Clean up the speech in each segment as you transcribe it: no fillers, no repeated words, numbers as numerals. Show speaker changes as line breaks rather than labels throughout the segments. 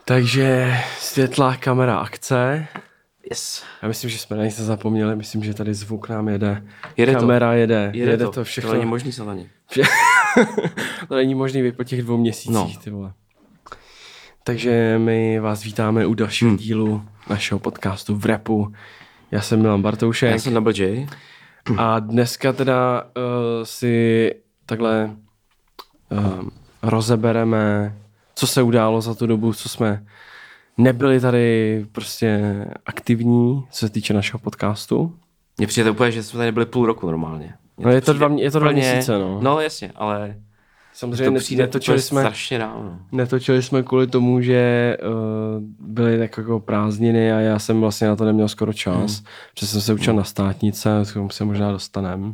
Takže světla, kamera, akce.
Yes.
Já myslím, že jsme na nic nezapomněli, myslím, že tady zvuk nám jede.
Jede
Kamera
to.
jede to všechno.
To není možný se na ně.
To není možný být po těch 2 měsících, ty vole. Takže my vás vítáme u dalšího dílu našeho podcastu v rapu. Já jsem Milan Bartoušek.
Já jsem Double J.
A dneska teda si takhle rozebereme, co se událo za tu dobu, co jsme nebyli tady prostě aktivní, co se týče našeho podcastu.
Mně přijde úplně, že jsme tady nebyli půl roku normálně.
No je to 2 měsíce, no.
No jasně, ale
samozřejmě netočili jsme kvůli tomu, že byly tak jako prázdniny a já jsem vlastně na to neměl skoro čas, protože jsem se učil na státnice, k tomu se možná dostaneme.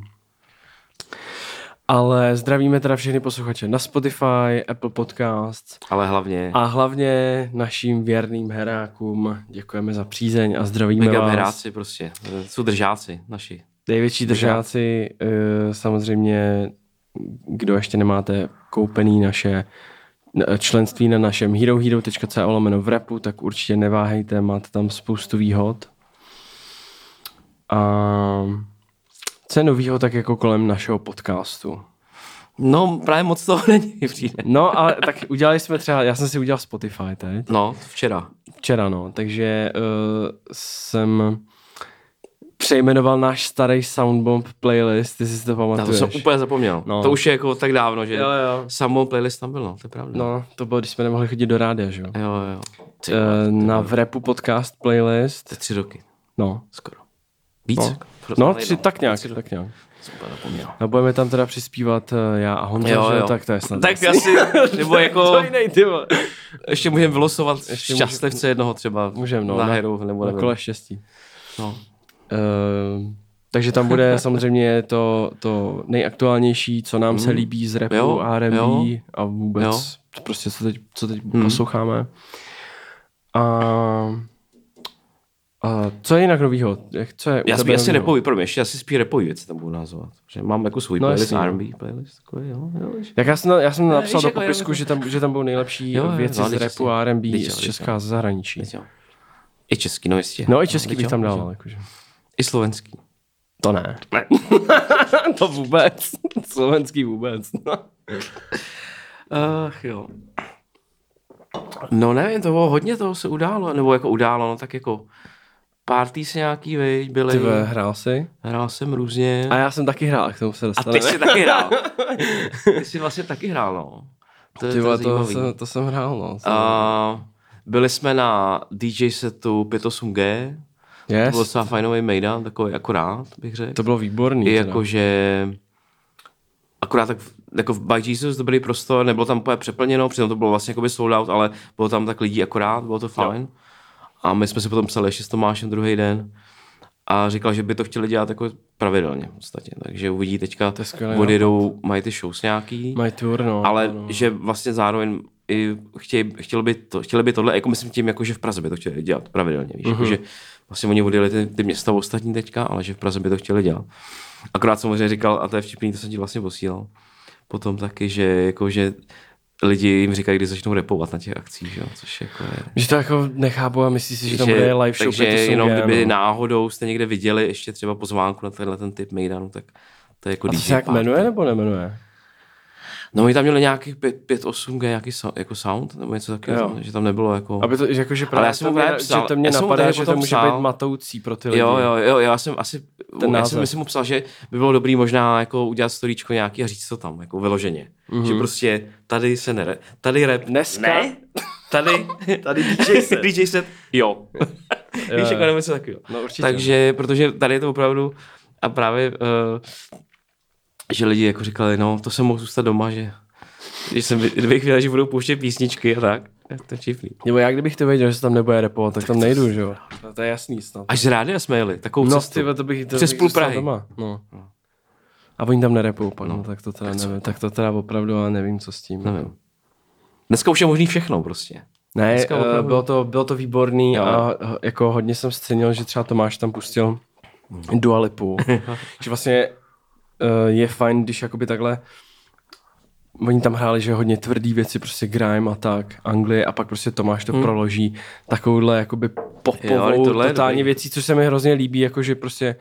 Ale zdravíme teda všechny posluchače na Spotify, Apple Podcasts.
Ale hlavně.
A hlavně našim věrným herákům děkujeme za přízeň a zdravíme vás.
Heráci prostě, jsou držáci naši.
Největší držáci, samozřejmě, kdo ještě nemáte koupený naše členství na našem herohero.co v rapu, tak určitě neváhejte, máte tam spoustu výhod. A co je novýho tak jako kolem našeho podcastu?
No, právě moc toho není přijde.
No, ale tak udělali jsme třeba, já jsem si udělal Spotify teď.
No, včera,
no, takže jsem přejmenoval náš starý Soundbomb playlist, ty si to pamatuješ.
To jsem úplně zapomněl. No. To už je jako tak dávno, že
jo.
Soundbomb playlist tam byl, no, to je pravda.
No, to bylo, když jsme nemohli chodit do rádia, že jo?
Jo.
Na v rapu podcast playlist.
To 3 roky.
No.
Skoro. Víc?
No, 3, tak nějak.
Super zapomněl.
A budeme tam teda přispívat já a Honza,
jo.
Tak to je snad.
Tak asi, nebo jako...
To jinej, ty vole.
Ještě můžeme vylosovat šťastlivce jednoho třeba.
Můžeme, no.
Na heru, nebo
na kole štěstí.
No.
Takže tam bude samozřejmě to nejaktuálnější, co nám se líbí z rapu, R&B a vůbec prostě co teď posloucháme. A co je jinak novýho?
Já asi repový, ještě asi spíš repový věci tam budu nazvat. Protože mám jako svůj playlist, R&B playlist. Takový, jo.
Tak já jsem napsal do popisku, že tam budou nejlepší věci z rapu a R&B z Česka a z zahraničí.
I český, no jistě.
No i český bych tam dával. Jakože.
I slovenský.
To ne. To vůbec. Slovenský vůbec.
Ach jo. No nevím, hodně toho se událo, nebo jako událo, no tak jako party se nějaký, byly.
Ty hrál jsi?
Hrál jsem různě.
A já jsem taky hrál, k tomu se dostaneme.
A ty jsi taky hrál. Ty jsi vlastně taky hrál, no.
To jsem hrál, no.
Byli jsme na DJ setu 58G.
Yes.
To byl docela fajnový mejdan, takový akorát, bych řekl.
To bylo výborný.
I jakože akorát tak jako v By Jesus dobrý prostor, nebylo tam úplně přeplněno, přitom to bylo vlastně jakoby sold out, ale bylo tam tak lidí akorát, bylo to fajn. Jo. A my jsme si potom psali ještě s Tomášem druhý den a říkal, že by to chtěli dělat jako pravidelně v podstatě. Takže uvidí teďka, odjedou, mají ty shows nějaký,
mají tour, no.
Ale že vlastně zároveň i chtěli by tohle, jako myslím tím, jako, že v Praze by to chtěli dělat pravidelně, víš, jakože vlastně oni odjeli ty města ostatní teďka, ale že v Praze by to chtěli dělat. Akorát samozřejmě říkal, a to je vtipný, to jsem ti vlastně posílal, potom taky, že jakože lidi jim říkají, kdy začnou rapovat na těch akcích, že? Což jako je...
Že to jako nechápu a myslí si, že tam bude live show.
Takže jenom kdyby náhodou jste někde viděli ještě třeba pozvánku na ten typ mejdanu, tak to je jako DJ.
A to se jak jmenuje nebo nemenuje?
No oni tam měli nějakých 5-8G nějaký jako sound, nebo něco takového, že tam nebylo jako...
Aby to, jako, že
ale já jsem
že to mě napadá, že to může být matoucí pro ty lidi.
Jo, já jsem asi... Já jsem mu psal, že by bylo dobrý možná jako udělat storíčko nějaký a říct to tam, jako vyloženě. Že prostě tady se tady rap...
Dneska?
Ne? Tady DJ set. Jo. Víš, jako nebo něco takového.
No určitě.
Takže, protože tady je to opravdu... A právě... že lidi jako říkali, no to jsem mohl zůstat doma, že kdybych věděl, že budou pouštět písničky a tak, to je vtipný.
Nebo já kdybych to věděl, že se tam nebude rapovat, tak tam nejdu, že jo? To je jasný snad.
Až z rádia jsme jeli, takovou cestu.
No, to bych
přes půl Prahy.
Doma. No. A oni tam nerepou pak, no tak to teda nevím. Tak to teda opravdu ale nevím, co s tím.
Nevím. Dneska už je možný všechno prostě.
Ne, bylo to výborný a jako hodně jsem scenil, že třeba Tomáš tam pustil Dua Lipu. Že vlastně je fajn, když jakoby takhle oni tam hráli, že hodně tvrdý věci, prostě grime a tak, Anglie a pak prostě Tomáš to proloží takovouhle jakoby popovou totálně věcí, což se mi hrozně líbí, jakože prostě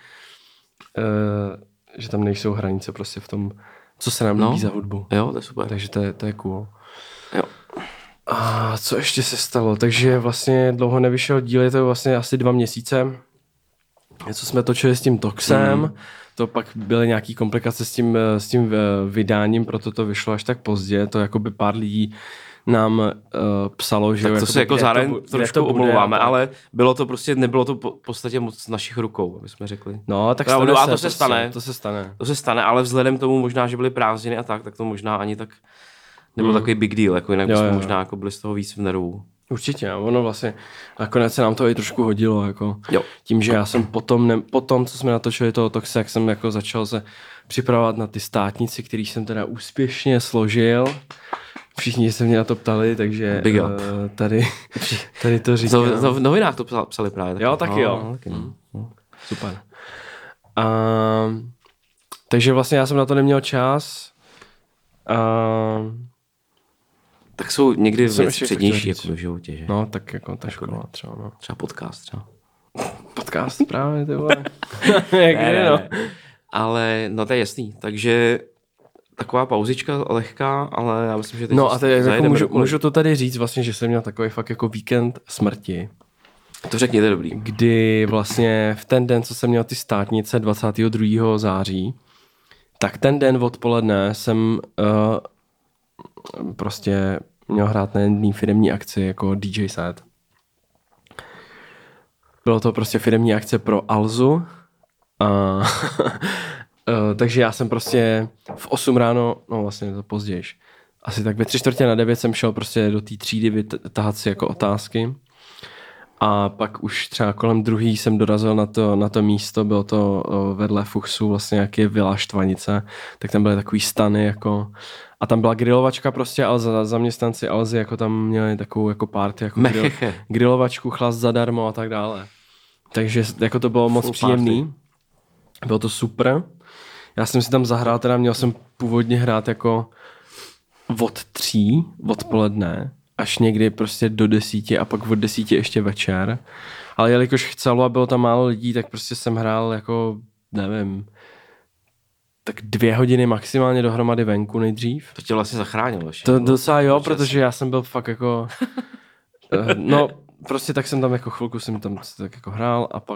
že tam nejsou hranice prostě v tom, co se nám líbí za hudbu.
Jo, to je super.
Takže to je cool.
Jo.
A co ještě se stalo? Takže vlastně dlouho nevyšel díl, je to vlastně asi 2 měsíce. Něco jsme točili s tím Toxem, to pak byly nějaký komplikace s tím vydáním, proto to vyšlo až tak pozdě. To jakoby pár lidí nám psalo, že...
Tak to se jako zároveň trošku omlouváme, ale bylo to prostě, nebylo to v podstatě moc z našich rukou, aby jsme řekli.
No, tak
to se stane. To se stane, ale vzhledem k tomu možná, že byly prázdniny a tak to možná ani tak nebyl takový big deal, jako jinak jsme možná jako byli z toho víc v nervu.
Určitě, ono vlastně nakonec se nám to i trošku hodilo, jako tím, že já jsem potom, co jsme natočili toho Toxe, jak jsem jako začal se připravovat na ty státnici, který jsem teda úspěšně složil. Všichni se mě na to ptali, takže tady to říkám.
V novinách to psali právě.
Taky. Jo, taky jo. Super. Takže vlastně já jsem na to neměl čas.
Tak jsou někdy přednější jako v životě, že?
No, tak jako ta škola třeba, no.
Třeba podcast, třeba.
Podcast právě, ty vole. Ne.
Ale, no to je jasný, takže taková pauzička lehká, ale já myslím, že teď
a jako můžu to tady říct vlastně, že jsem měl takový fakt jako víkend smrti.
To řekněte dobrý.
Kdy vlastně v ten den, co jsem měl ty státnice 22. září, tak ten den odpoledne jsem prostě měl hrát na jedné firemní akci jako DJ set. Bylo to prostě firemní akce pro Alzu. Takže já jsem prostě v 8 ráno, no vlastně to pozdějiš, asi tak ve 8:45 jsem šel prostě do té třídy vytahat si jako otázky. A pak už třeba kolem 2 jsem dorazil na to místo, bylo to vedle Fuchsu, vlastně nějaké Vila Štvanice, tak tam byly takový stany jako, a tam byla grilovačka prostě, ale zaměstnanci Alzy jako tam měli takovou jako party, jako grilovačku, chlast zadarmo a tak dále. Takže jako to bylo moc příjemný, bylo to super. Já jsem si tam zahrál, teda měl jsem původně hrát jako od 3 odpoledne, až někdy prostě do 10 a pak od 10 ještě večer. Ale jelikož chcelo a bylo tam málo lidí, tak prostě jsem hrál jako, nevím, tak 2 hodiny maximálně dohromady venku nejdřív.
To tě vlastně zachránilo.
To docela jo, protože já jsem byl fakt jako, no prostě tak jsem tam jako chvilku jsem tam tak jako hrál a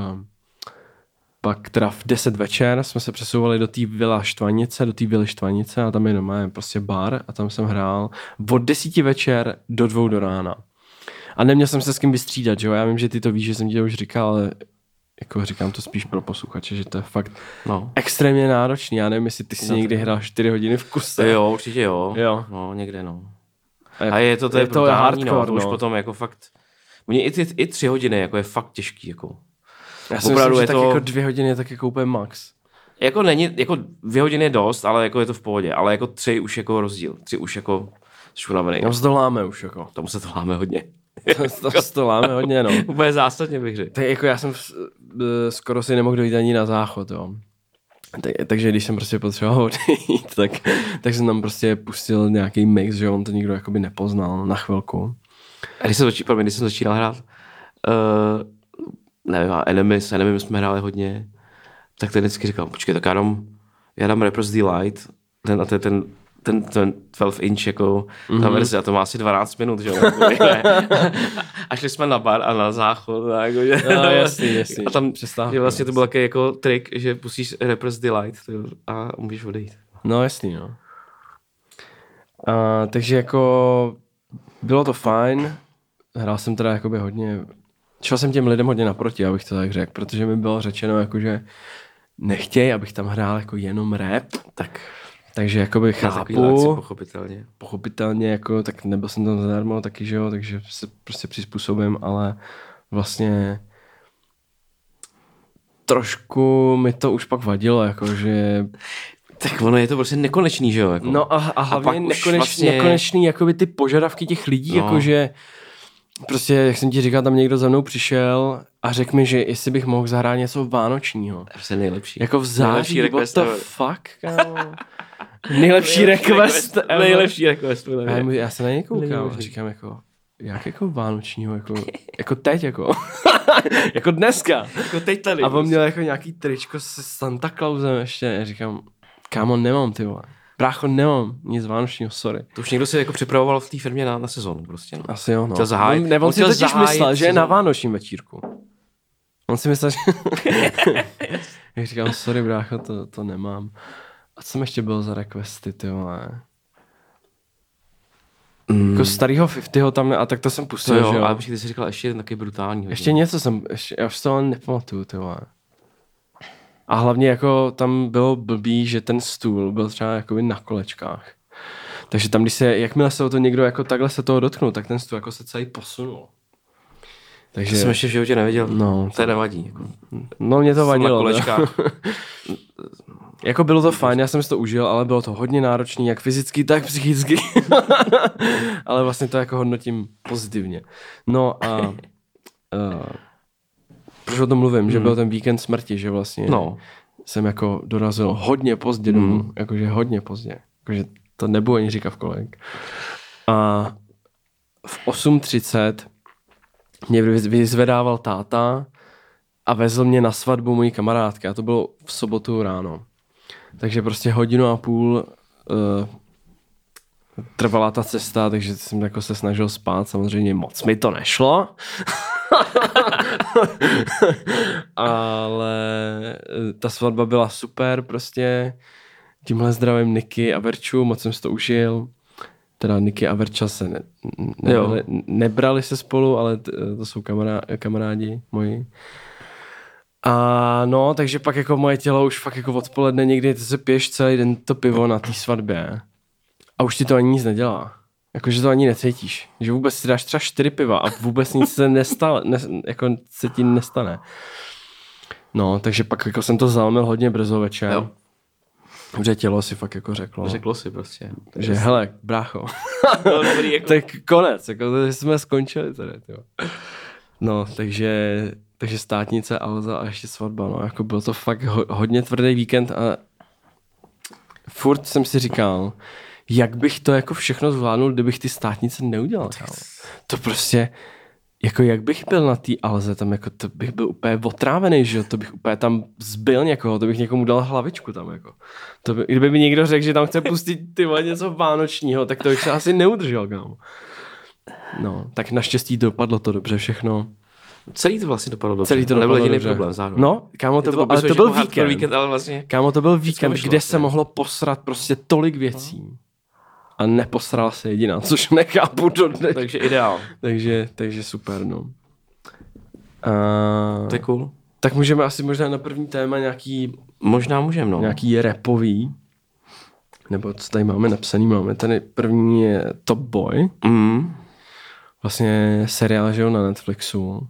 pak teda v 10 večer jsme se přesouvali do té Vila Štvanice a tam je doma prostě bar a tam jsem hrál od 10 večer do 2 do rána. A neměl jsem se s kým vystřídat, že jo? Já vím, že ty to víš, že jsem ti to už říkal, ale jako říkám to spíš pro posluchače, že to je fakt extrémně náročný. Já nevím, jestli ty si někdy hrál 4 hodiny v kuse.
Jo, určitě jo. No, někde no. A je to brutální, no. To už potom jako fakt, mě i 3 hodiny jako je fakt těžký, jako.
Já si myslím, že tak jako 2 hodiny je tak jako úplně max.
Jako není, jako 2 hodiny je dost, ale jako je to v pohodě. Ale jako 3 už jako rozdíl. 3 už jako šunavený.
Tam to láme už jako.
Tomu se to láme hodně.
to láme hodně, no.
Úplně zásadně bych řekl.
Tak jako já jsem skoro si nemohl dojít ani na záchod, jo. Takže když jsem prostě potřeboval odejít, tak jsem tam prostě pustil nějaký mix, že on to nikdo jakoby nepoznal na chvilku.
A když jsem začínal hrát, nevím, Enemies jsme hráli hodně, tak ten vždycky říkal, počkej, tak já dám Rapper's Delight, ten 12 inch jako ta verze, a to má asi 12 minut, že jo. A šli jsme na bar a na záchod. A jako,
no, jasný.
A tam že vlastně to byl takový jako trik, že pustíš Rapper's Delight a můžeš odejít.
No jasný, no. Takže jako bylo to fajn, hrál jsem teda jakoby hodně, šel jsem těm lidem hodně naproti, abych to tak řekl, protože mi bylo řečeno, jako, že nechtěj, abych tam hrál jako jenom rap, takže jakoby chápu, pochopitelně jako, tak nebyl jsem tam zadarmo taky, že jo, takže se prostě přizpůsobím, ale vlastně trošku mi to už pak vadilo, jakože...
Tak ono je to prostě nekonečný, že jo? Jako.
No a hlavně nekonečný jakoby ty požadavky těch lidí, jakože prostě, jak jsem ti říkal, tam někdo za mnou přišel a řekl mi, že jestli bych mohl zahrát něco vánočního.
To je nejlepší.
Jako v září, what the fuck, kámo. Nejlepší request.
Nejlepší request.
Já se na něj koukám a říkám jako, jak jako vánočního, jako teď, jako. Jako dneska.
Jako teď tady.
A on měl jako nějaký tričko se Santa Clausem ještě. A říkám, kámo, nemám, ty vole. Brácho, nemám nic vánočního, sorry.
To už někdo si jako připravoval v té firmě na sezónu prostě. No.
Asi jo, no.
Chtěl zahájit.
On si totiž myslel, že je na
sezónu.
vánočním večírku. On si myslel, že... Jak říkám, sorry, brácho, to nemám. A co ještě bylo za requesty, ty vole? Jako starýho 50ho tam, a tak to jsem pustil,
To jo,
že jo.
ale počkej, ty jsi říkal ještě jeden taky brutální.
Ještě něco já už to ale nepamatuju, ty vole. A hlavně jako tam bylo blbý, že ten stůl byl třeba jakoby na kolečkách. Takže tam, jakmile se o to někdo jako takhle se toho dotknul, tak ten stůl jako se celý posunul. Takže...
To jsem ještě v životě neviděl.
No,
to nevadí. Jako.
No mě to vadilo.
Na kolečkách.
Jako bylo to fajn, já jsem si to užil, ale bylo to hodně náročné, jak fyzicky, tak psychicky. Ale vlastně to jako hodnotím pozitivně. No a proč o tom mluvím, že byl ten víkend smrti, že vlastně jsem jako dorazil hodně pozdě domů, jakože hodně pozdě. Jakože to nebudu ani říkat v kolek. A v 8:30 mě vyzvedával táta a vezl mě na svatbu mojí kamarádky a to bylo v sobotu ráno. Takže prostě 1,5 hodiny trvala ta cesta, takže jsem jako se snažil spát, samozřejmě moc mi to nešlo. Ale ta svatba byla super prostě. Tímhle zdravím Niky a Verču, moc jsem si to užil. Teda Niky a Verča se nebrali se spolu, ale to jsou kamarádi moji. A no, takže pak jako moje tělo už fakt jako odpoledne někdy ty se piješ celý den to pivo na té svatbě a už ti to ani nic nedělá. Jakože to ani necítíš. Že vůbec si dáš třeba 4 piva a vůbec nic se jako se ti nestane. No, takže pak jako jsem to zalomil hodně brzo večer. Jo. Že tělo si fakt jako řeklo.
Řeklo si prostě.
Že hele, brácho.
No, dobrý, jako...
tak konec, jako to jsme skončili tady. Tyjo. No, takže státnice, Alza a ještě svatba, no, jako byl to fakt hodně tvrdý víkend a furt jsem si říkal, jak bych to jako všechno zvládnul, kdybych ty státnice neudělal, kámo. To prostě, jako jak bych byl na té Alze, tam jako to bych byl úplně otrávený, že jo, to bych úplně tam zbyl někoho, to bych někomu dal hlavičku tam, jako. Kdyby mi někdo řekl, že tam chce pustit něco vánočního, tak to bych se asi neudržel, kámo. No, tak naštěstí dopadlo to dobře všechno.
Celý to vlastně dopadlo dobře.
Celý to
nebyl jediný
dobře.
problém zároveň.
No, kámo, to byl víkend.
Ale vlastně
Kámo, to byl víkend,
vyšlo,
kde se mohlo posrat prostě tolik věcí. A neposrala se jediná, což nechápu dodnes.
Takže ideál.
Takže super, no.
To je cool.
Tak můžeme asi možná na první téma nějaký...
Možná můžeme, no.
Nějaký rapový. Nebo co tady máme napsaný, máme tady první je Top Boy. Vlastně seriál, že jo, na Netflixu.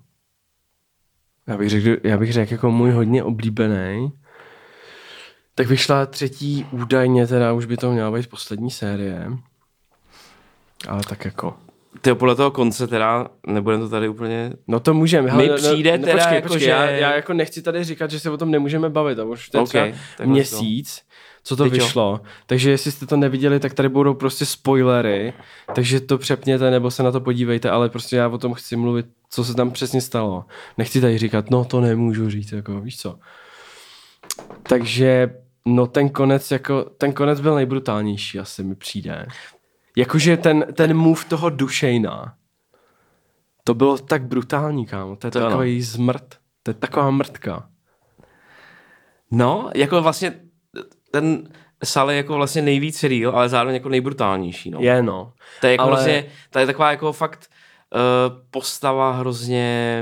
Já bych řekl jako můj hodně oblíbený. Tak vyšla 3. údajně, teda už by to měla být poslední série. Ale tak jako...
Tyjo, podle toho konce teda, nebudeme to tady úplně...
No to můžeme.
Mi přijde teda
počkej,
jako, že...
Já jako nechci tady říkat, že se o tom nemůžeme bavit. A už to je třeba měsíc, co to vyšlo. Takže jestli jste to neviděli, tak tady budou prostě spoilery. Takže to přepněte nebo se na to podívejte, ale prostě já o tom chci mluvit, co se tam přesně stalo. Nechci tady říkat, no to nemůžu říct, jako víš co. Takže no ten konec byl nejbrutálnější, asi mi přijde. Jakože ten move toho Dušejna, to bylo tak brutální, kámo. To je takový zmrt. To je taková mrtka.
No, jako vlastně ten Sully je jako vlastně nejvíc real, ale zároveň jako nejbrutálnější, no.
Je, no.
To je jako vlastně, to je taková jako fakt postava hrozně,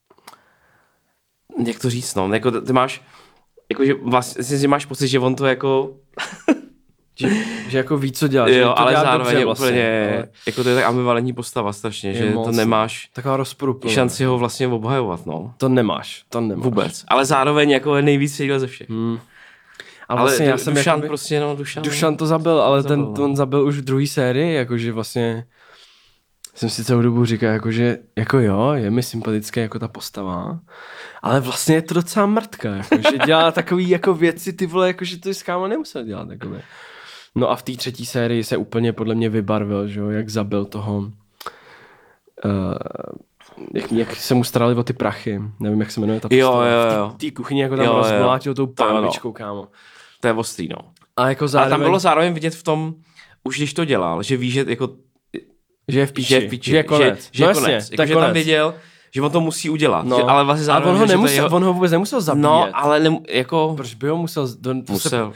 jak to říct, no. Jako ty máš, jakože vlastně máš pocit, že on to jako...
že jako ví, co dělá.
Jo, ale
dělá
zároveň je
vlastně,
úplně,
ale...
jako to je tak ambivalentní postava strašně, že moc, to nemáš šanci ho vlastně obhajovat, no.
To nemáš.
Vůbec. Ale zároveň jako je nejvíc jídel ze všech.
Ale vlastně já jsem
Dušan
jakoby...
prostě, no,
Dušan to zabil, ale on zabil už v druhé sérii, jakože vlastně jsem si celou dobu říkal, jakože, jako jo, je mi sympatické jako ta postava, ale vlastně je to docela mrtka, jakože dělá takový jako věci, ty vole, jakože to s kámo nemusel dělat, jakoby. No a v té třetí sérii se úplně podle mě vybarvil, že jo, jak zabil toho, jak se mu starali o ty prachy, nevím, jak se jmenuje ta postava.
Jo.
V té kuchyni jako tam rozmlátil tou pánvičkou, kámo.
To je ostrý, no.
A jako zároveň...
Ale tam bylo zároveň vidět v tom, už když to dělal, že ví, že jako...
Že je v píči, že je konec.
Že je konec. Jako, že tam věděl, že on to musí udělat.
No.
Že, ale vlastně zároveň,
on ho vůbec nemusel zabíjet.
No, ale jako...
Proč by ho musel...
Musel.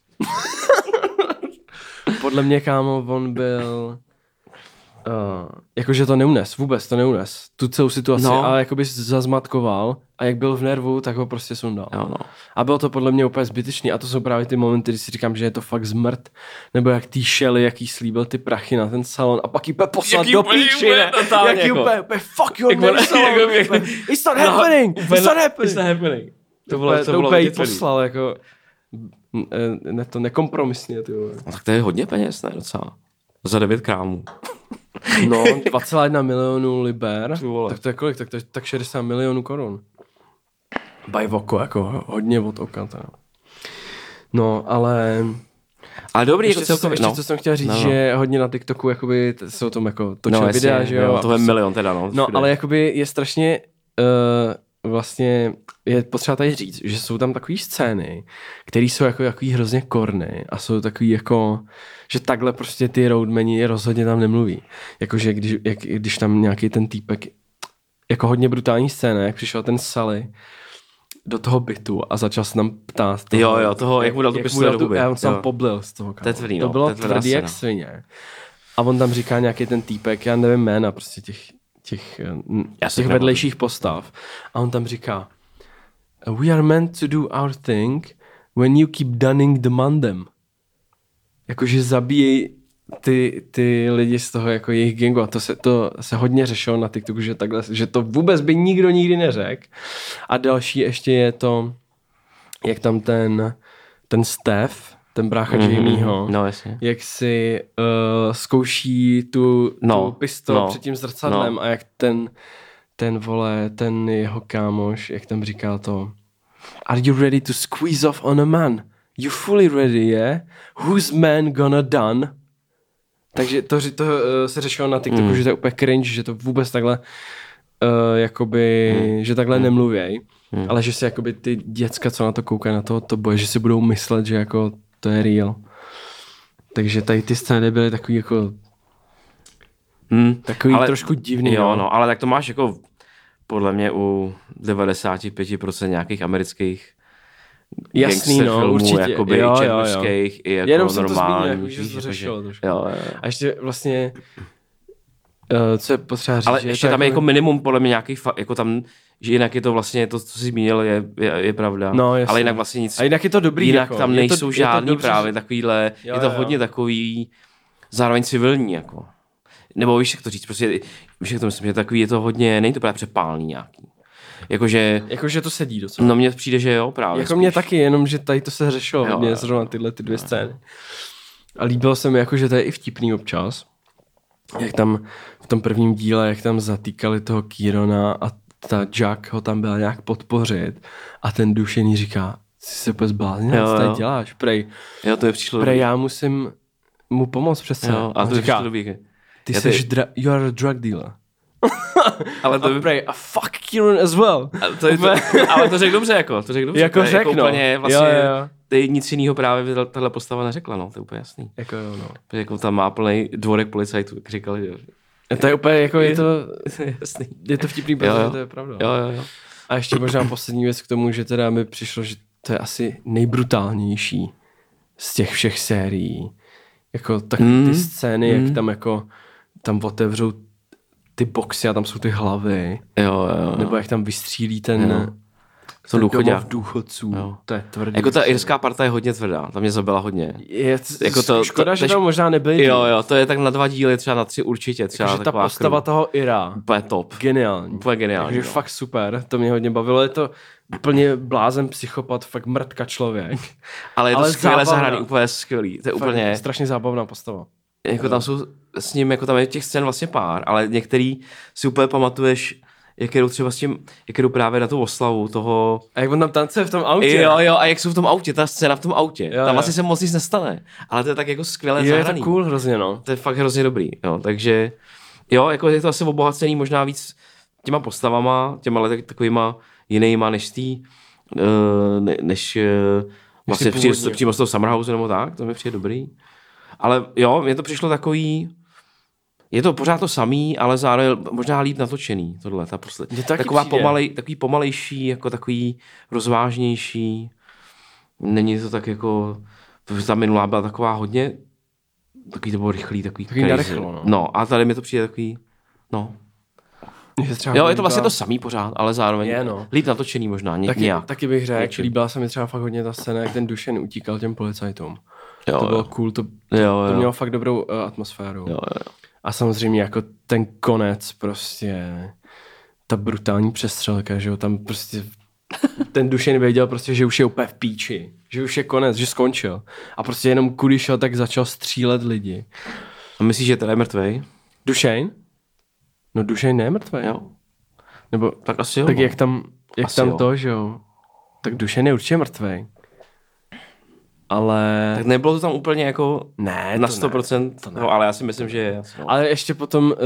Podle mě, kámo, on byl... jakože to neunes, vůbec to neunes. Tu celou situaci, ale jakoby zazmatkoval a jak byl v nervu, tak ho prostě sundal.
Jo, no.
A bylo to podle mě úplně zbytečný a to jsou právě ty momenty, kdy si říkám, že je to fakt zmrt. Nebo jak tý Shelly, jaký slíbil ty prachy na ten salon a pak jí úplně poslal do píči, ne? Jaký úplně fuck your name salon. It's not happening, it's not happening. To bylo úplně jí poslal, jako to nekompromisně.
No, tak to je hodně peněz, ne, docela. Za 9 krámů.
No, 2,1 milionu liber, tak to je kolik? Tak 60 milionů korun. Baj v oko, jako hodně od oka. Teda. No, ale
dobrý,
ještě co jsem chtěl říct, že hodně na TikToku jakoby, jsou tam jako točil videa, že jo.
To je milion teda, no.
No, ale jakoby je strašně vlastně je potřeba tady říct, že jsou tam takový scény, které jsou jako takový hrozně korny a jsou takový jako, že takhle prostě ty roadmeni rozhodně tam nemluví. Jakože když tam nějaký ten týpek, jako hodně brutální scéna, jak přišel ten Sully do toho bytu a začal se tam ptát
toho, jak mu dal tu pistoli do huby.
Já on sám poblil z toho.
To je tvrdý,
to bylo tvrdý jak svině. A on tam říká nějaký ten týpek, já nevím jména prostě těch vedlejších postav. A on tam říká, we are meant to do our thing when you keep dunning the mandem. Jakože zabíjejí ty lidi z toho jako jejich gangu a to se hodně řešilo na TikToku, že takhle, že to vůbec by nikdo nikdy neřekl. A další ještě je to, jak tam ten Steph, ten brácha Jamieho, jak si zkouší tu pistol před tím zrcadlem a jak ten jeho kámoš, jak tam říká to, are you ready to squeeze off on a man? You fully ready, yeah? Who's man gonna done? Takže to se řešilo na TikToku, že to je úplně cringe, že to vůbec takhle že takhle nemluvěj, ale že si jakoby ty děcka, co na to koukají, na to boje, že si budou myslet, že jako to je real. Takže tady ty scény byly takový jako takový ale, trošku divný.
Jo, no, ale tak to máš jako podle mě u 95% nějakých amerických
jasný, no,
filmů,
určitě.
Jakoby
jo,
i černošských, i jako
jenom
normální.
Jenom jsem to zmínil, že to řešilo trošku.
Jo.
A ještě vlastně co je potřeba říct,
ale ještě tam je jako minimum podle mě nějaký jako tam, že jinak je to vlastně to, co jsi zmínil, je pravda.
No,
ale jinak vlastně nic.
A jinak je to dobrý.
Jinak
jako,
tam nejsou žádný
dobře,
právě takovýhle, je to hodně takový zároveň civilní, jako. Nebo víš, jak to říct, prostě, víš, jak to myslím, že takový je to hodně, není to právě přepálný nějaký. Jakože
to sedí docela.
No mně přijde, že jo, právě.
Jako mě taky, jenom že tady to se řešilo hodně zrovna tyhle ty dvě scény. A líbilo se mi, jako, že to je i vtipný občas. Jak tam v tom prvním díle, jak tam zatýkali toho Kierona a ta Jack ho tam byla nějak podpořit a ten dušený říká, jsi se úplně zbláznil, co tady děláš? Prej,
to je přišlo
prej, já musím mu pomoct přece.
A to říká,
ty jsi you are a drug dealer.
Ale to
prej, a fuck Kieran as well.
Ale to řekl dobře, jako. To řekl dobře.
Jako řekl, no.
Úplně vlastně, nic jinýho práve tahle postava neřekla, no. To je úplně jasný.
Jako jo, no.
Jako tam má plný dvorek policajtů, jak říkal, že...
To je úplně, jako je to...
jasný.
Je to vtipný, protože to je pravda.
Jo.
A ještě možná poslední věc k tomu, že teda mi přišlo, že to je asi nejbrutálnější z těch všech sérií. Jako tak ty scény, jak tam jako tam otevřou ty boxy a tam jsou ty hlavy.
Jo.
Nebo jak tam vystřílí ten domov důchodců. Jo. To je tvrdý.
Jako ta irská parta je hodně tvrdá. Ta mě zabila hodně.
Jako škoda, že tam možná nebyli.
Jo, to je tak na 2 díly, třeba na 3 určitě. Třeba
jako, ta postava toho Ira.
Úplně top.
Geniální.
Úplně geniální.
Takže fakt super. To mě hodně bavilo. Je to úplně blázen psychopat, fakt mrtka člověk.
Ale je to skvěle zahraný, úplně skvělý. To je úplně...
strašně zábavná postava.
Jako tam jsou s ním, jako tam je těch scén vlastně pár, ale některý si úplně pamatuješ, jak jedou třeba s tím, jak jedou právě na tu oslavu toho...
A jak on tam tancuje v tom autě.
Jo, a jak jsou v tom autě, ta scéna v tom autě.
Jo,
tam
jo.
asi se moc nic nestane, ale to je tak jako skvěle
Je
zahraný.
to cool hrozně, no.
To je fakt hrozně dobrý, jo, takže jo, jako je to asi obohacený možná víc těma postavama, těma ale takovýma jinýma než než vlastně přímo z toho Summerhouse nebo tak, to mi přijde dobrý. Ale jo, mně to přišlo takový, je to pořád to samý, ale zároveň možná líp natočený, tohle, ta takový pomalejší, jako takový rozvážnější. Není to tak jako, ta minulá byla taková hodně, takový to bylo rychlý, takový
narychlo,
no, a tady mi to přijde takový, no. Jo, je to vlastně to samý pořád, ale zároveň líp natočený možná, nějak.
Taky bych řekl, líbila se mi třeba fakt hodně ta scéna, jak ten Dušen utíkal těm policajtům.
Jo,
to bylo cool, to mělo fakt dobrou atmosféru.
Jo.
A samozřejmě jako ten konec prostě, ta brutální přestřelka, že jo, tam prostě ten Dušen věděl prostě, že už je úplně v píči, že už je konec, že skončil. A prostě jenom kudy šel, tak začal střílet lidi.
A myslíš, že teda je mrtvej?
Dušen? No Dušen ne je mrtvej.
Jo.
Nebo,
tak asi jo.
Tak jak tam to, že jo, tak Dušen je určitě mrtvej. Ale...
Tak nebylo to tam úplně jako
ne,
na 100%, to ne. No, ale já si myslím, že je.
Ale ještě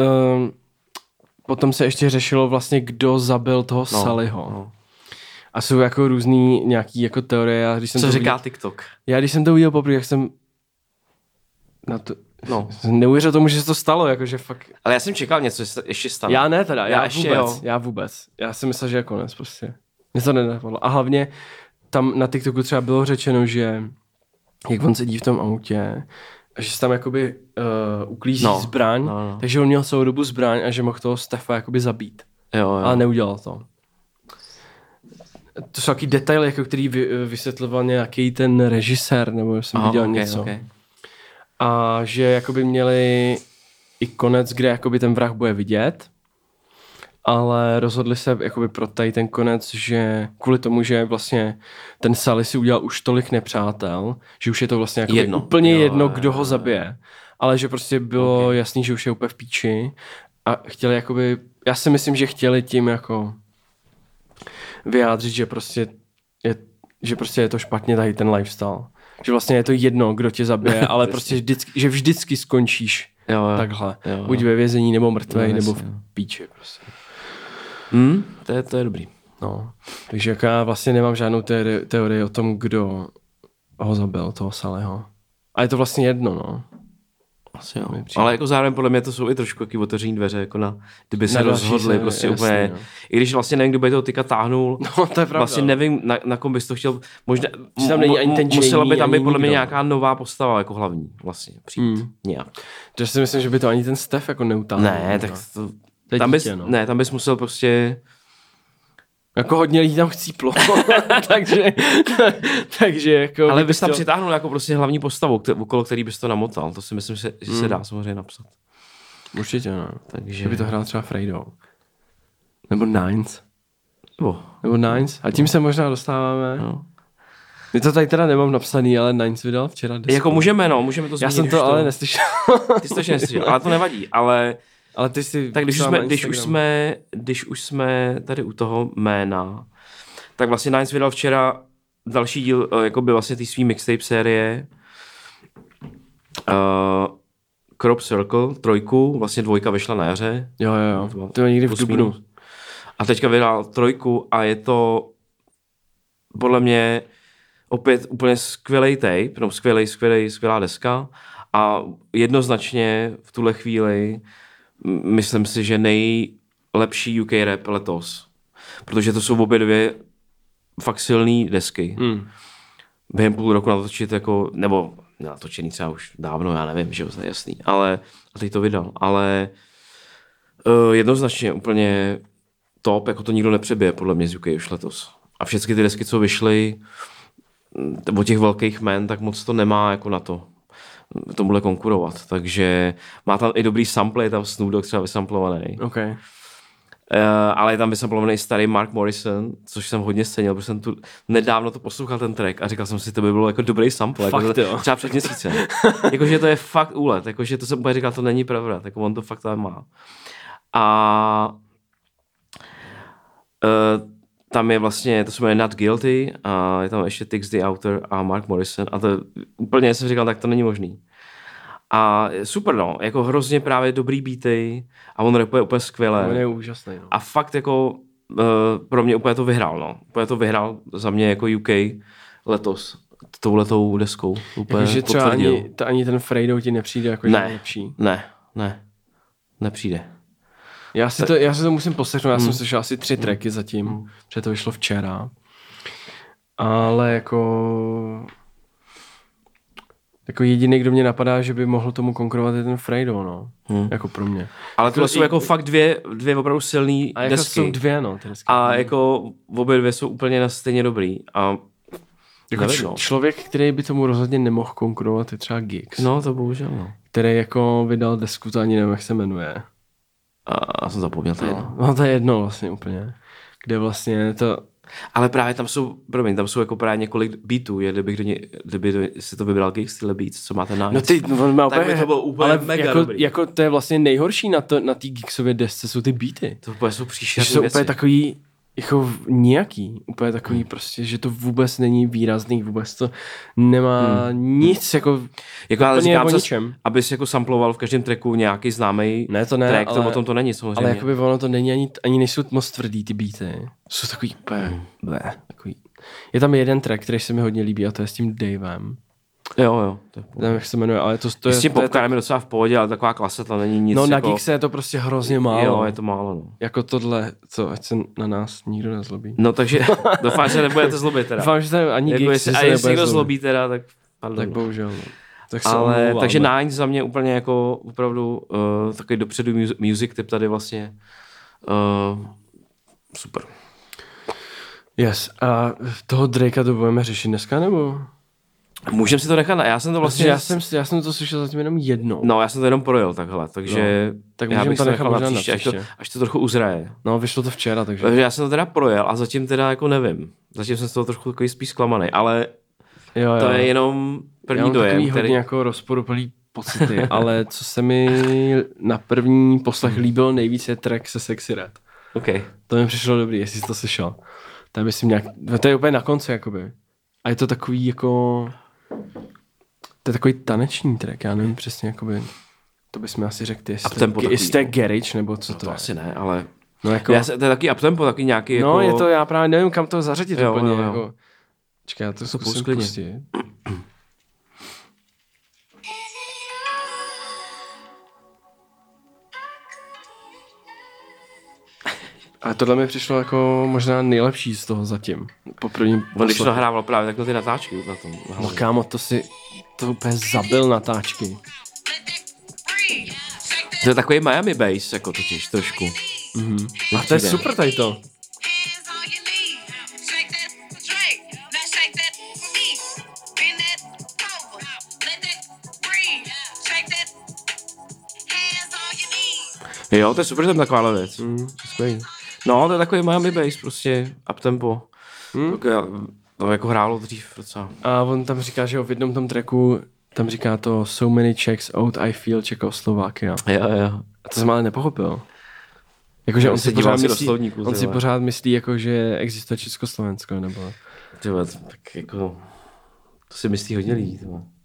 potom se ještě řešilo vlastně, kdo zabil toho Sullyho. No. A jsou jako různý nějaký jako teorie.
Co říká TikTok?
Já když jsem to udělal poprvé, jak jsem na to... No. Neuvěřil tomu, že se to stalo, jakože fakt...
Ale já jsem čekal něco, že se ještě stane.
Já ne teda, já vůbec. Já jsem myslel, že je konec prostě. Mně to nenapadlo. A hlavně tam na TikToku třeba bylo řečeno, že jak on sedí v tom autě, že se tam jakoby uklízí zbraň, takže on měl celou dobu zbraň a že mohl toho Stefa jakoby zabít.
Jo.
Ale neudělal to. To jsou taky detaily, jako který vysvětloval nějaký ten režisér, nebo jsem viděl něco. Okay. A že jakoby měli i konec, kde jakoby ten vrah bude vidět, ale rozhodli se jakoby pro tady ten konec, že kvůli tomu, že vlastně ten Sully si udělal už tolik nepřátel, že už je to vlastně jakoby úplně jedno, kdo ho zabije. Ale že prostě bylo jasný, že už je úplně v píči a chtěli jakoby, já si myslím, že chtěli tím jako vyjádřit, že prostě je to špatně tady ten lifestyle. Že vlastně je to jedno, kdo tě zabije, ale prostě vždycky skončíš takhle. Jo. Buď ve vězení, nebo mrtvej, nebo v píči. Prostě.
To je dobrý.
No. Takže já vlastně nemám žádnou teorii o tom, kdo ho zabil, toho Sullyho. A je to vlastně jedno, no.
Asi jo. Ale jako zároveň podle mě to jsou i trošku jaký otevření dveře, jako kdyby se rozhodli prostě jasný, úplně. No. I když vlastně nevím, kdo by toho tyka táhnul.
No, to je pravda.
Vlastně nevím, na kom bys to chtěl. Možná
tam není ani ten
musela by tam být podle mě nějaká nová postava jako hlavní vlastně přijít. Nějak.
Takže si myslím, že by to ani ten Stef jako neutáhl.
Ne, tak to, tam bys musel prostě
jako hodně lidí tam chcíplo, takže jako...
Ale bys tam přitáhnul jako prostě hlavní postavu, okolo který bys to namotal, to si myslím, že se dá samozřejmě napsat.
Určitě, no. Takže by to hrál třeba Fredo. Nebo Nines. Nebo Nines. A tím se možná dostáváme. No. My to tady teda nemám napsaný, ale Nines vydal včera desku.
Jako můžeme to zmínit.
Já jsem to ale neslyšel.
Ty jsi to ještě neslyšel, ale to nevadí, ale
ty si...
Tak když už jsme tady u toho jména, tak vlastně Nines vydal včera další díl, jako by vlastně ty svý mixtape série Crop Circle, 3, vlastně 2 vyšla na jaře.
Jo. To je někdy v dubnu.
A teďka vydal 3 a je to podle mě opět úplně skvělej tape, no skvělá deska a jednoznačně v tuhle chvíli myslím si, že nejlepší UK rap letos. Protože to jsou obě dvě fakt silný desky. Během půl roku natočit jako, nebo natočený třeba už dávno, já nevím, že to je jasný, ale a teď to vydal, ale jednoznačně úplně top, jako to nikdo nepřebije podle mě z UK už letos. A všechny ty desky, co vyšly od těch velkých jmen, tak moc to nemá jako na to tomuhle konkurovat, takže má tam i dobrý sample, je tam Snoop Dogg třeba vysamplovaný.
Okay.
Ale je tam vysamplovaný i starý Mark Morrison, což jsem hodně cenil, protože jsem tu nedávno to poslouchal ten track a říkal jsem si, to by bylo jako dobrý sample,
fakt,
jako třeba před měsícem. Jakože to je fakt úlet, jakože to jsem úplně říkal, to není pravda, tak on to fakt tam má. A Tam je vlastně, to se jmenuje Not Guilty a je tam ještě Tix the Outer a Mark Morrison a to úplně jsem říkal, tak to není možný. A super, no, jako hrozně právě dobrý beaty a on rapuje úplně skvěle.
On je úžasný, no.
A fakt jako pro mě úplně to vyhrál, no. Úplně to vyhrál za mě jako UK letos touhletou deskou. Úplně
Jakože třeba
potvrdil.
ani ten Fredo ti nepřijde jako lepší.
Ne, nepřijde.
Já si to musím poslechnout, já jsem slyšel asi 3 tracky zatím, protože to vyšlo včera. Ale jako jediný, kdo mě napadá, že by mohl tomu konkurovat, je ten Fredo, no. Jako pro mě.
Ale tohle jsou jako fakt dvě opravdu silný
a jako
desky.
jsou 2, no. Ty desky.
A jako obě dvě jsou úplně stejně dobrý. A
jako člověk, který by tomu rozhodně nemohl konkurovat, je třeba Giggs.
No, to bohužel, no.
Který jako vydal desku, to ani nevím, jak se jmenuje.
A jsem zapomněl, to je jedno.
No, to je jedno vlastně úplně. Kde vlastně to...
Ale právě tam jsou jako právě několik beatů, kdyby si to vybral Giggs, tyhle beats, co máte na.
No on má
tak by to bylo úplně
ale
mega dobrý.
Jako to je vlastně nejhorší na té Giggsově desce, jsou ty beaty.
To úplně jsou příšerné
jsou
věci.
úplně takový, jako nějaký, úplně takový prostě, že to vůbec není výrazný, vůbec to nemá nic, jako
ale říkám
o ničem.
Abys jako samploval v každém tracku nějaký známý track, to o tom to není samozřejmě.
Ale jakoby ono to není ani nejsou moc tvrdý ty beaty. Jsou takový takový. Je tam jeden track, který se mi hodně líbí a to je s tím Davem.
Jo.
Nevím, jak se jmenuje, ale to je...
S tím popkárem je docela v pohodě, ale taková klasa, to není nic.
No na
jako...
Gigse je to prostě hrozně málo.
Jo, je to málo, no.
Jako tohle, ať se na nás nikdo nezlobí.
No takže doufám, že nebudete zlobit teda.
Doufám, že se ani
jako
Giggs
a jestli někdo zlobí teda, tak pardon.
Tak bohužel, no. Tak
ale takže Nine za mě úplně jako opravdu takový dopředu music tip tady vlastně super.
Yes. A toho Drakea to budeme řešit dneska, nebo?
Můžeme si to nechat, já jsem to vlastně...
Já jsem to slyšel zatím jenom jednou.
No, já jsem to jenom projel takhle, takže...
No, tak můžeme to nechat možná na příště.
Až to trochu uzraje.
No, vyšlo to včera, takže...
Já jsem to teda projel a zatím teda jako nevím. Zatím jsem z toho trochu takový spíš zklamaný, ale
jo.
To je jenom první dojem.
Takový hodně jako rozporuplný pocity, ale co se mi na první poslech líbilo nejvíc je track se Sexy Red.
Okay.
To mi přišlo dobrý, jestli jsi to slyšel. To je, myslím, to je úplně na konci, jakoby. A je to takový jako... To je takový taneční track, já nevím přesně, jakoby... To bychom asi řekli, jestli to je garage, nebo co
no,
to
je.
asi
ne, ale...
No jako...
To je taky uptempo, taky nějaký
no,
jako...
je to, já právě nevím, kam to zařadit úplně,
jo.
jako... Čekaj, já to zkusím pustit. A tohle mi přišlo jako možná nejlepší z toho zatím. Po prvním
on když to nahrával právě takhle ty natáčky na tom.
No kámo, to úplně zabil natáčky.
To je takový Miami bass, jako totiž trošku.
Mm-hmm. A to je super tady to.
Jo, to je super, že tam taková věc. No, to je takový Miami bass, prostě uptempo. To jako hrálo dřív docela.
A on tam říká, že v jednom tom tracku tam říká to so many checks out I feel Czechoslovakia.
Jo.
A to jsem ale nepochopil. Jakože on si pořád myslí, jako, že existuje Československo, nebo...
Tyhle, tak jako... To si myslí hodně lidí,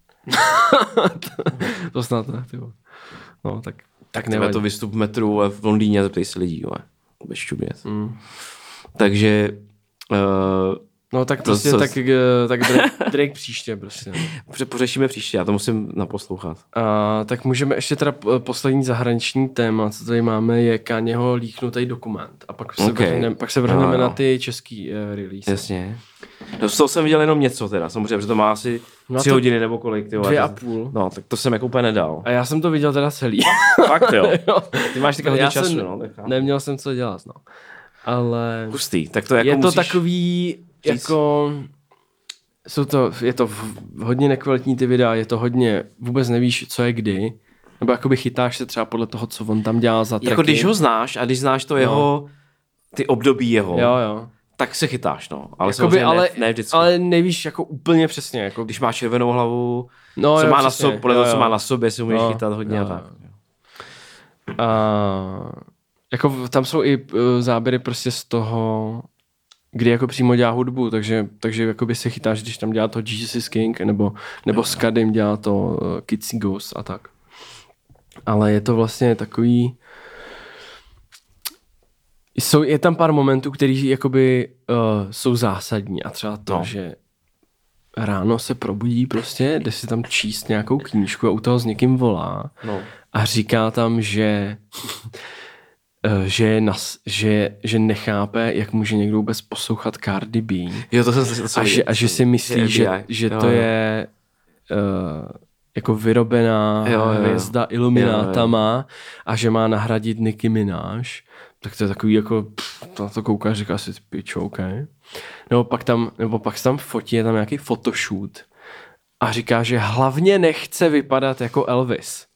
to snad ne, tyhle. No, tak nevadí.
To vystup v metru v Londýně a zeptej se lidí, bez čumět. Takže...
No tak prostě, tak Drake příště prostě.
Pořešíme příště, já to musím naposlouchat.
Tak můžeme ještě teda poslední zahraniční téma, co tady máme, je Kanyeho líknutý dokument. A pak se vrhneme na ty český release.
Jasně. No z toho jsem viděl jenom něco teda, samozřejmě, že to má asi 3 hodiny nebo kolik.
2,5.
No, tak to jsem jako úplně nedal.
A já jsem to viděl teda celý.
Fakt jo. Ty máš teďka hodně času, no.
Neměl jsem co dělat, no. Ale...
Hustý, tak to jako
je to
musíš...
takový, jako... Je to hodně nekvalitní ty videa, je to hodně, vůbec nevíš, co je kdy. Nebo jakoby chytáš se třeba podle toho, co on tam dělá za tracky.
Jako když ho znáš a když znáš to jeho, ty období jeho,
jo.
tak se chytáš, no. Ale
jakoby,
ne vždycky.
Ale nevíš jako úplně přesně. Jako...
Když máš červenou hlavu,
no,
co
jo,
má
přesně,
na sobě, podle toho, co má na sobě, si můžeš chytat hodně a tak.
Jako tam jsou i záběry prostě z toho, kdy jako přímo dělá hudbu, takže jakoby se chytáš, když tam dělá to Jesus is King, nebo s Kadim dělá to Kids Ghost a tak. Ale je to vlastně takový... Je tam pár momentů, který jakoby jsou zásadní a třeba to, že ráno se probudí prostě, jde si tam číst nějakou knížku a u toho s někým volá a říká tam, že že nechápe, jak může někdo vůbec poslouchat Cardi B.
Jo,
a že si myslí, že to je jako vyrobená hvězda iluminátama a že má nahradit Nicki Minaj. Tak to je takový jako, na to koukáš, říká si, pičo, OK. Nebo pak tam fotí, je tam nějaký photoshoot a říká, že hlavně nechce vypadat jako Elvis.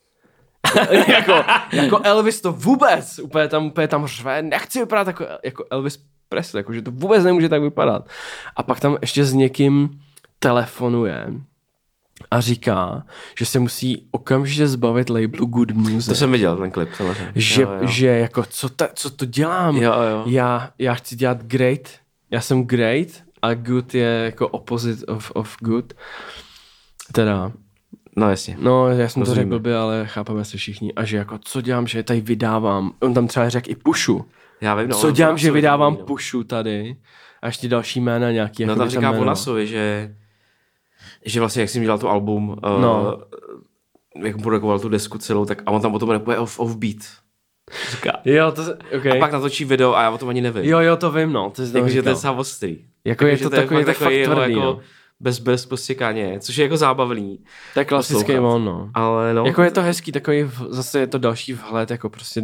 jako Elvis to vůbec, úplně tam řve, nechci vypadat jako Elvis Presley, že to vůbec nemůže tak vypadat. A pak tam ještě s někým telefonuje a říká, že se musí okamžitě zbavit labelu Good Music.
To jsem viděl, ten klip.
Že jako, co to dělám?
Jo.
Já chci dělat great, já jsem great a good je jako opposite of good. Teda...
No jasně.
No, já jsem to řekl blbě, ale chápeme se všichni. A že jako, co dělám, že tady vydávám, on tam třeba řekl i pushu.
Já vím,
co dělám, že vydávám pushu tady a ještě další jména nějaký.
No tam říká Bonasovi, že vlastně jak jsem dělal to album, jak produkoval tu desku celou, tak a on tam potom rapuje offbeat. Říká.
Jo, okay.
A pak natočí video a já o tom ani nevím.
Jo, to vím, no.
Takže to je sám ostrý.
Jako je to takový fakt tvrdý,
jako bez postěkáně, což je jako zábavný.
To je klasický on, no.
Ale no.
Jako je to hezký, takový, zase je to další vhled, jako prostě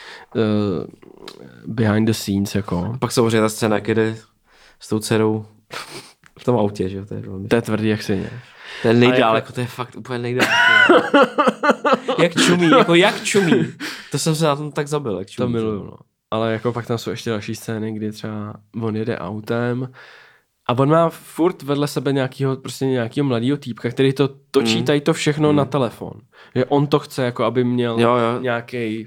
behind the scenes, jako.
Pak samozřejmě ta scéna, kde s tou dcerou v tom autě, že jo.
To je tvrdý, jak si
to je nejdál, jako to je fakt úplně nejdál. jak čumí. To jsem se na tom tak zabil, jak čumí.
To miluju, no. Ale jako pak tam jsou ještě další scény, kdy třeba on jede autem a on má furt vedle sebe nějakýho mladýho týpka, který to točí tady to všechno na telefon. Že on to chce, jako aby měl nějaký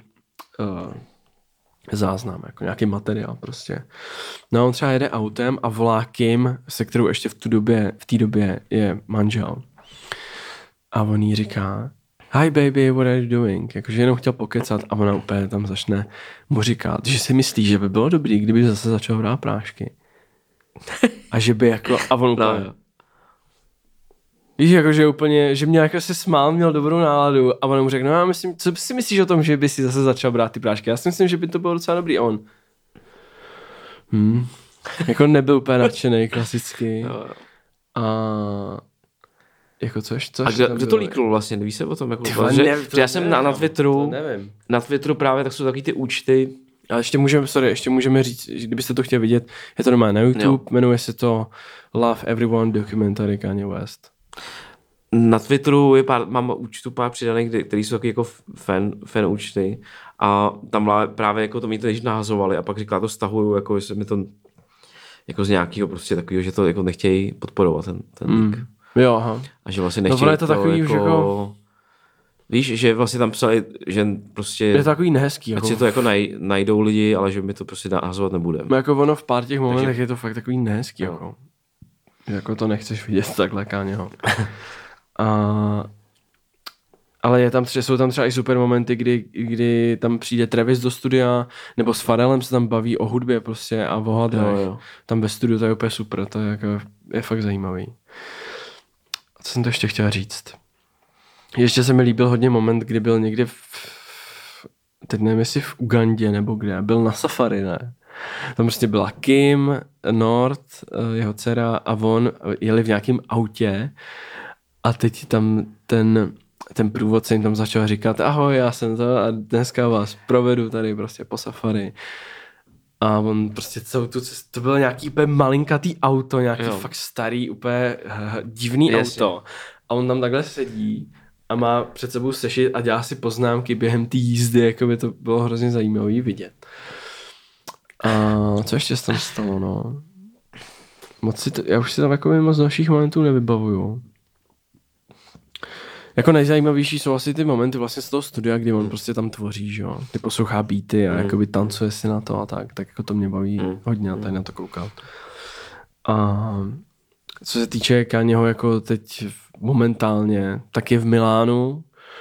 záznam, jako nějaký materiál prostě. No a on třeba jede autem a volá Kim, se kterou ještě v té době je manžel. A on jí říká, hi baby, what are you doing? Jakože jenom chtěl pokecat a ona úplně tam začne mu říkat, že si myslí, že by bylo dobrý, kdyby zase začal hrát prášky. A že by jako, a on úplně, víš, jakože úplně, že mě jako se smál, měl dobrou náladu a on mu řekl, no já myslím, co si myslíš o tom, že by si zase začal brát ty prášky? Já si myslím, že by to bylo docela dobrý a on, jako nebyl úplně nadšenej, klasicky. A jako což
a kdo to líknul vlastně, nevíš se o tom? Jako že já jsem na Twitteru právě, tak jsou takový ty účty.
Ale ještě můžeme říct, že kdybyste to chtěli vidět, je to normálně na YouTube, jmenuje se to Love Everyone Documentary Kanye West.
Na Twitteru mám účtu pár přidaných, který jsou taky jako fan účty a tam právě jako to mi to nahazovali a pak říkala to stahuju, jako že mi to jako z nějakého prostě takového, že to jako nechtějí podporovat ten lík.
Jo, aha.
A že vlastně nechtějí
je to takový jako...
Víš, že vlastně tam psali, že prostě...
Je to takový nehezký.
Ať si to jako najdou lidi, ale že mi to prostě nahazovat nebudeme.
No jako ono v pár těch momentech je to fakt takový nehezký. Jako to nechceš vidět takhle, Kanyeho. Ale jsou tam třeba i super momenty, kdy tam přijde Travis do studia, nebo s Pharrellem se tam baví o hudbě prostě a o hadrech. Tam ve studiu to je úplně super, to je fakt zajímavý. A co jsem to ještě chtěl říct? Ještě se mi líbil hodně moment, kdy byl někde teď nevím, jestli v Ugandě nebo kde, byl na safari, ne? Tam prostě byla Kim, North, jeho dcera a on jeli v nějakém autě a teď tam ten průvodce jim tam začal říkat, ahoj, já jsem to a dneska vás provedu tady prostě po safari. A on prostě celou tu cestu, to bylo nějaký úplně malinkatý auto, nějaký fakt starý, úplně divný auto. A on tam takhle sedí a má před sebou sešit a dělá si poznámky během té jízdy, jako by to bylo hrozně zajímavý vidět. A co ještě se tam stalo, no? Já už si tam jako moc dalších momentů nevybavuju. Jako nejzajímavější jsou asi ty momenty vlastně z toho studia, kdy on prostě tam tvoří, že jo. Ty poslouchá beaty a jakoby tancuje si na to a tak jako to mě baví hodně a tady na to koukat. A co se týče Kanyeho jako teď momentálně, tak je v Milánu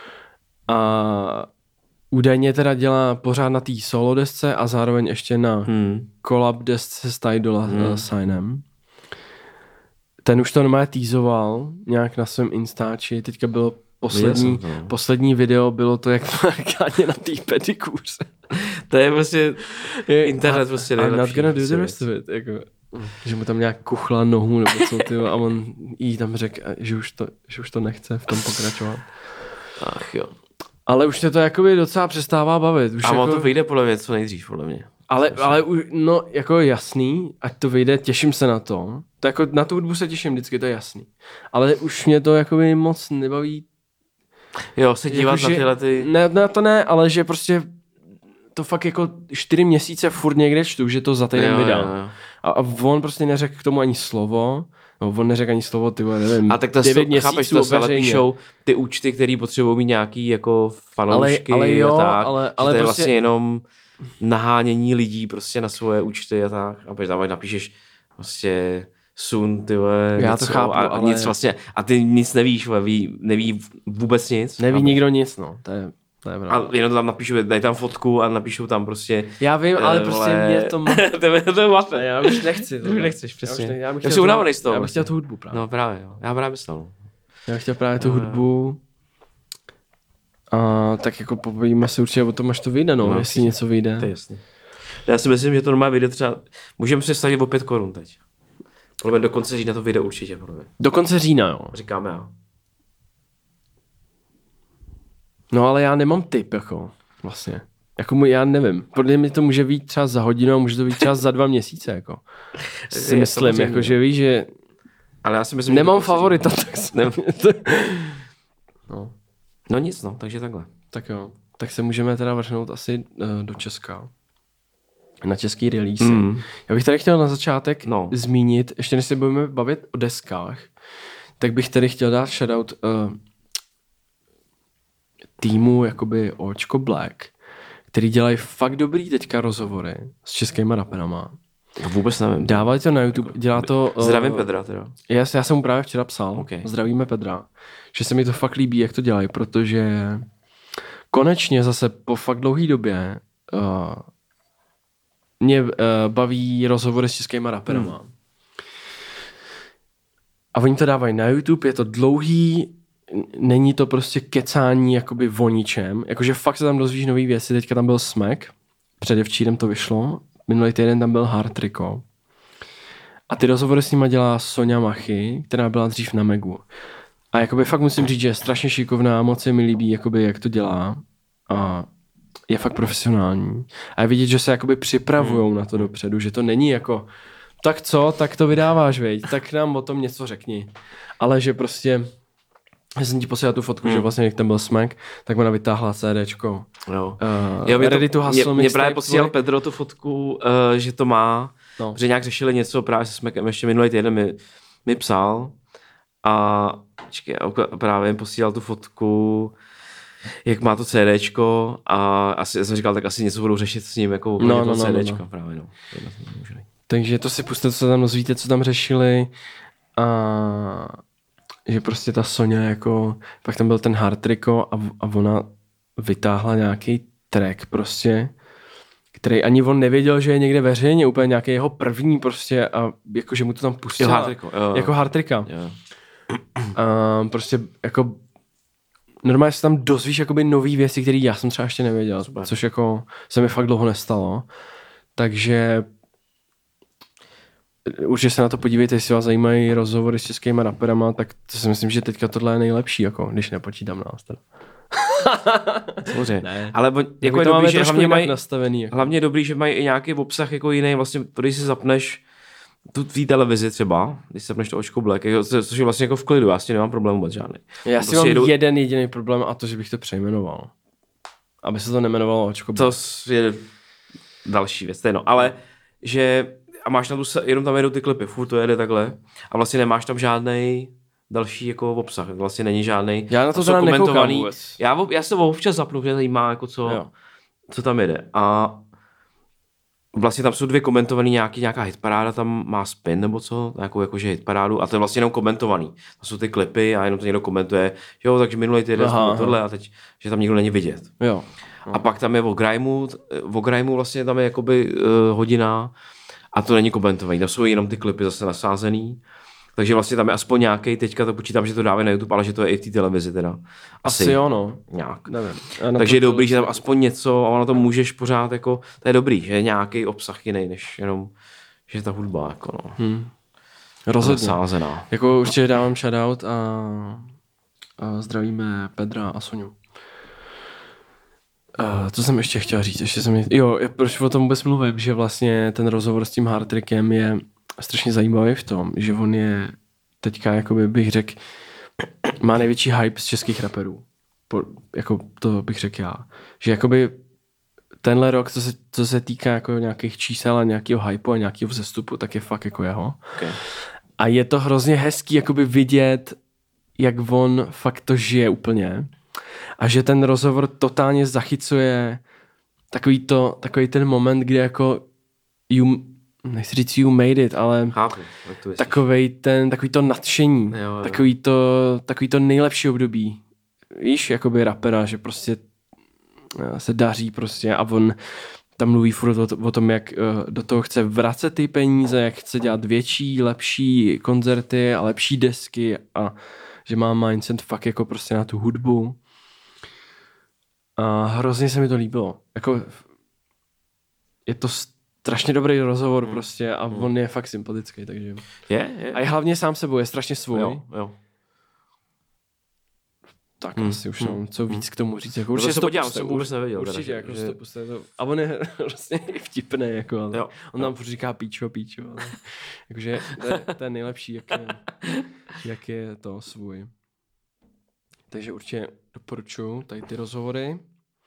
a údajně teda dělá pořád na té solo desce a zároveň ještě na collab desce s Ty Dolla Signem. Ten už to normálně teasoval nějak na svém Instači, teďka bylo poslední video, bylo to, jak má Kanye na té pedikůře.
To je prostě internet prostě nejlepší.
I'm not gonna do the rest of it. Jako, že mu tam nějak kuchla nohu nebo co, tyjo, a on jí tam řekl, že už to nechce v tom pokračovat.
Ach jo.
Ale už mě to jakoby docela přestává bavit. Už
a
jako...
on to vyjde podle mě co nejdřív, podle mě.
Ale no, jako jasný, ať to vyjde, těším se na to. To jako na tu hudbu se těším vždycky, to je jasný. Ale už mě to jakoby moc nebaví.
Jo, se dívat
jako,
na tyhle ty...
Ne, to ne, ale že prostě to fakt jako 4 měsíce furt někde čtu, že to za týden vydal. A on prostě neřekl k tomu ani slovo. No, on neřekl ani slovo, ty nevím,
a tak to
9 měsíců
chápeš, to se ale píšou ty účty, který potřebují mít nějaký jako fanoušky
ale jo,
a tak.
ale
to je
prostě...
vlastně jenom nahánění lidí prostě na svoje účty a tak. A pak tam napíšeš prostě sun, ty vole,
já to chápu,
a
ale...
nic vlastně, a ty nic nevíš, neví vůbec nic.
Neví nikdo nic, no, to je pravda.
A jenom tam napíšou, daj tam fotku a napíšou tam prostě...
Já vím, ale prostě mě to...
to je matné.
Já už nechci.
To už nechceš, přesně.
Já bych
chtěl
tu hudbu právě.
No právě, jo. Já právě myslel.
Já bych chtěl právě tu hudbu. A tak jako povíme se určitě o tom, až to vyjde, no, jestli něco vyjde.
To je jasný. Já si myslím, že to normálně vyjde třeba... Můžeme představit o 5 korun teď. Podle mě do konce října to vyjde určitě, podle mě.
Do konce října, jo.
Říkáme já.
No ale já nemám tip, jako, vlastně. Jako já nevím. Podle mě to může být třeba za hodinu a může to být třeba za 2 měsíce, jako. Si myslím, jako, že víš, že...
Ale já si myslím,
nemám favorita, tak
No nic, no, takže takhle.
Tak jo. Tak se můžeme teda vrhnout asi do Česka. Na český release. Já bych tady chtěl na začátek zmínit, ještě než se budeme bavit o deskách, tak bych tady chtěl dát shoutout týmu jakoby Očko Black, který dělají fakt dobrý teďka rozhovory s českýma raperama.
Vůbec nevím.
Dávají to na YouTube, dělá to...
Zdravím Pedra teda.
Já jsem mu právě včera psal, Zdravíme Pedra, že se mi to fakt líbí, jak to dělají, protože konečně zase po fakt dlouhý době mě baví rozhovory s českýma raperama. A oni to dávají na YouTube, je to dlouhý, není to prostě kecání jakoby o ničem, jakože fakt se tam dozvíš nový věci, teďka tam byl Smack, předevčírem to vyšlo, minulý týden tam byl Hard Rico. A ty rozhovory s nima dělá Sonja Machy, která byla dřív na Megu. A jakoby fakt musím říct, že je strašně šikovná, moc se mi líbí, jakoby, jak to dělá. A je fakt profesionální. A je vidět, že se jakoby připravujou na to dopředu, že to není jako tak co, tak to vydáváš, veď, tak nám o tom něco řekni. Ale že prostě, já jsem ti posílal tu fotku, že vlastně jak tam byl Smack, tak ona vytáhla CDčko.
Jo.
Ready to Hustle
mě právě posílal Pedro tu fotku, že to má, že nějak řešili něco právě se Smackem, ještě minulý týden mi psal a právě posílal tu fotku, jak má to CDčko a asi, já jsem říkal, tak asi něco budou řešit s ním, jako to CDčko právě, no.
Takže to si puste, co tam dozvíte, co tam řešili a že prostě ta Sonja jako, pak tam byl ten Hard Rico a ona vytáhla nějaký track prostě, který ani on nevěděl, že je někde veřejně, úplně nějaký jeho první prostě a jako, že mu to tam pustila. Jako Hard Ricka. Prostě jako normálně se tam dozvíš jakoby nový věci, které já jsem třeba ještě nevěděl, což jako se mi fakt dlouho nestalo. Takže určitě se na to podívejte, jestli vás zajímají rozhovory s českýma raperama, tak to si myslím, že teďka tohle je nejlepší, jako, když nepočítám nás.
Samozřejmě. Ale jako je dobrý, že hlavně mají
nastavený. Jako.
Hlavně je dobrý, že mají i nějaký obsah jako jiný, vlastně, když si zapneš tu tvý televizi třeba, když si zapneš to Očko Black, což je vlastně jako v klidu, já s tím nemám problém vůbec žádný.
Já si mám jeden jediný problém a to, že bych to přejmenoval. Aby se to nemenovalo Očko Black.
To je další věc, no, ale že a máš tam jenom tam jedou ty klipy, furt to jede takhle a vlastně nemáš tam žádnej další jako obsah. Vlastně není žádný.
Já na to teda nekoukám vůbec.
Já se občas zapnu, že tady má jako co tam jede. A vlastně tam jsou 2 komentovaný nějaká hitparáda, tam má spin nebo co, nějakou jakože hitparádu a to je vlastně jenom komentovaný. To jsou ty klipy a jenom to někdo komentuje, jo, takže minulý týden tohle a teď, že tam nikdo není vidět.
Jo.
A pak tam je o Grimeu vlastně tam je jakoby hodina a to není komentovaný, tam jsou jenom ty klipy zase nasázený. Takže vlastně tam je aspoň nějaký, teďka to počítám, že to dávají na YouTube, ale že to je i v té televizi teda.
Asi jo, no.
Nějak.
Nevím.
Takže je dobrý, že tam aspoň něco a ono to můžeš pořád jako, to je dobrý, že je nějaký obsah jiný, než jenom, že je ta hudba jako no.
Rozhodně.
Sázená.
Jako určitě dávám shoutout a zdravíme Pedra a Soňu. Co jsem ještě chtěl říct? Proč o tom vůbec mluvím, že vlastně ten rozhovor s tím Hardtrickem je strašně zajímavý v tom, že on je teďka, jakoby bych řekl, má největší hype z českých raperů. Jako to bych řekl já. Že jakoby tenhle rok, co se týká jako nějakých čísel a nějakého hypeu a nějakého vzestupu, tak je fakt jako jeho.
Okay.
A je to hrozně hezký jakoby vidět, jak on fakt to žije úplně. A že ten rozhovor totálně zachycuje takový ten moment, kdy jako nechci říct you made it, ale takový to nadšení, jo. Takový to nejlepší období. Víš, jakoby rapera, že prostě se daří prostě a on tam mluví furt o tom, jak do toho chce vracet ty peníze, jak chce dělat větší, lepší koncerty a lepší desky a že má mindset fakt jako prostě na tu hudbu. A hrozně se mi to líbilo. Jako je to strašně dobrý rozhovor prostě a on je fakt sympatický, takže.
Je.
A je hlavně sám sebou, je strašně svůj.
Jo.
Tak asi už mám co víc k tomu říct. Jako
určitě se podívám, jsem vůbec nevěděl.
Určitě, jako že... A on je vlastně vtipný, jako, ale on nám říká píčo. Ale, jakože to je nejlepší, jak je to svůj. Takže určitě doporučuji tady ty rozhovory.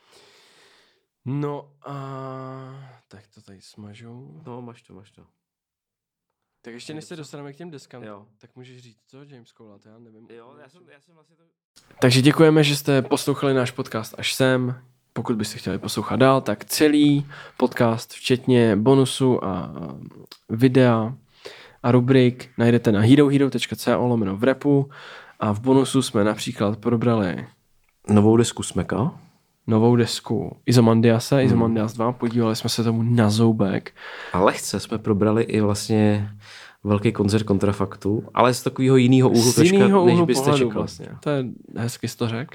No a tak to tady smažou.
No, máš to.
Tak ještě než se dostaneme k těm deskám, tak můžeš říct, co James Cole, to já nevím.
Jo, já jsem vlastně to...
Takže děkujeme, že jste poslouchali náš podcast až sem. Pokud byste chtěli poslouchat dál, tak celý podcast, včetně bonusu a videa a rubrik najdete na herohero.co/v-repu a v bonusu jsme například probrali
novou desku Smeka.
Novou desku Izomandiase, Izomandias 2, podívali jsme se tomu na zoubek.
A lehce jsme probrali i vlastně velký koncert Kontrafaktu, ale z takového jiného úhlu troška, než byste čekali.
Vlastně. To je hezky to řek.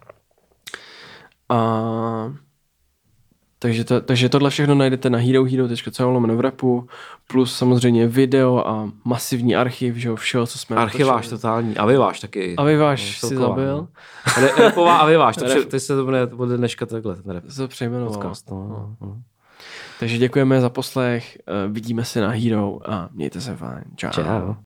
A takže tohle všechno najdete na herohero.co/v-repu plus samozřejmě video a masivní archiv, že jo, všeho, co jsme
archiváš totální, Aviváš taky.
Aviváš si zabil.
Repová Aviváš, to se to bude dneška takhle.
To přejmenoval. Takže děkujeme za poslech, vidíme se na Hero a mějte se fajn. Čau.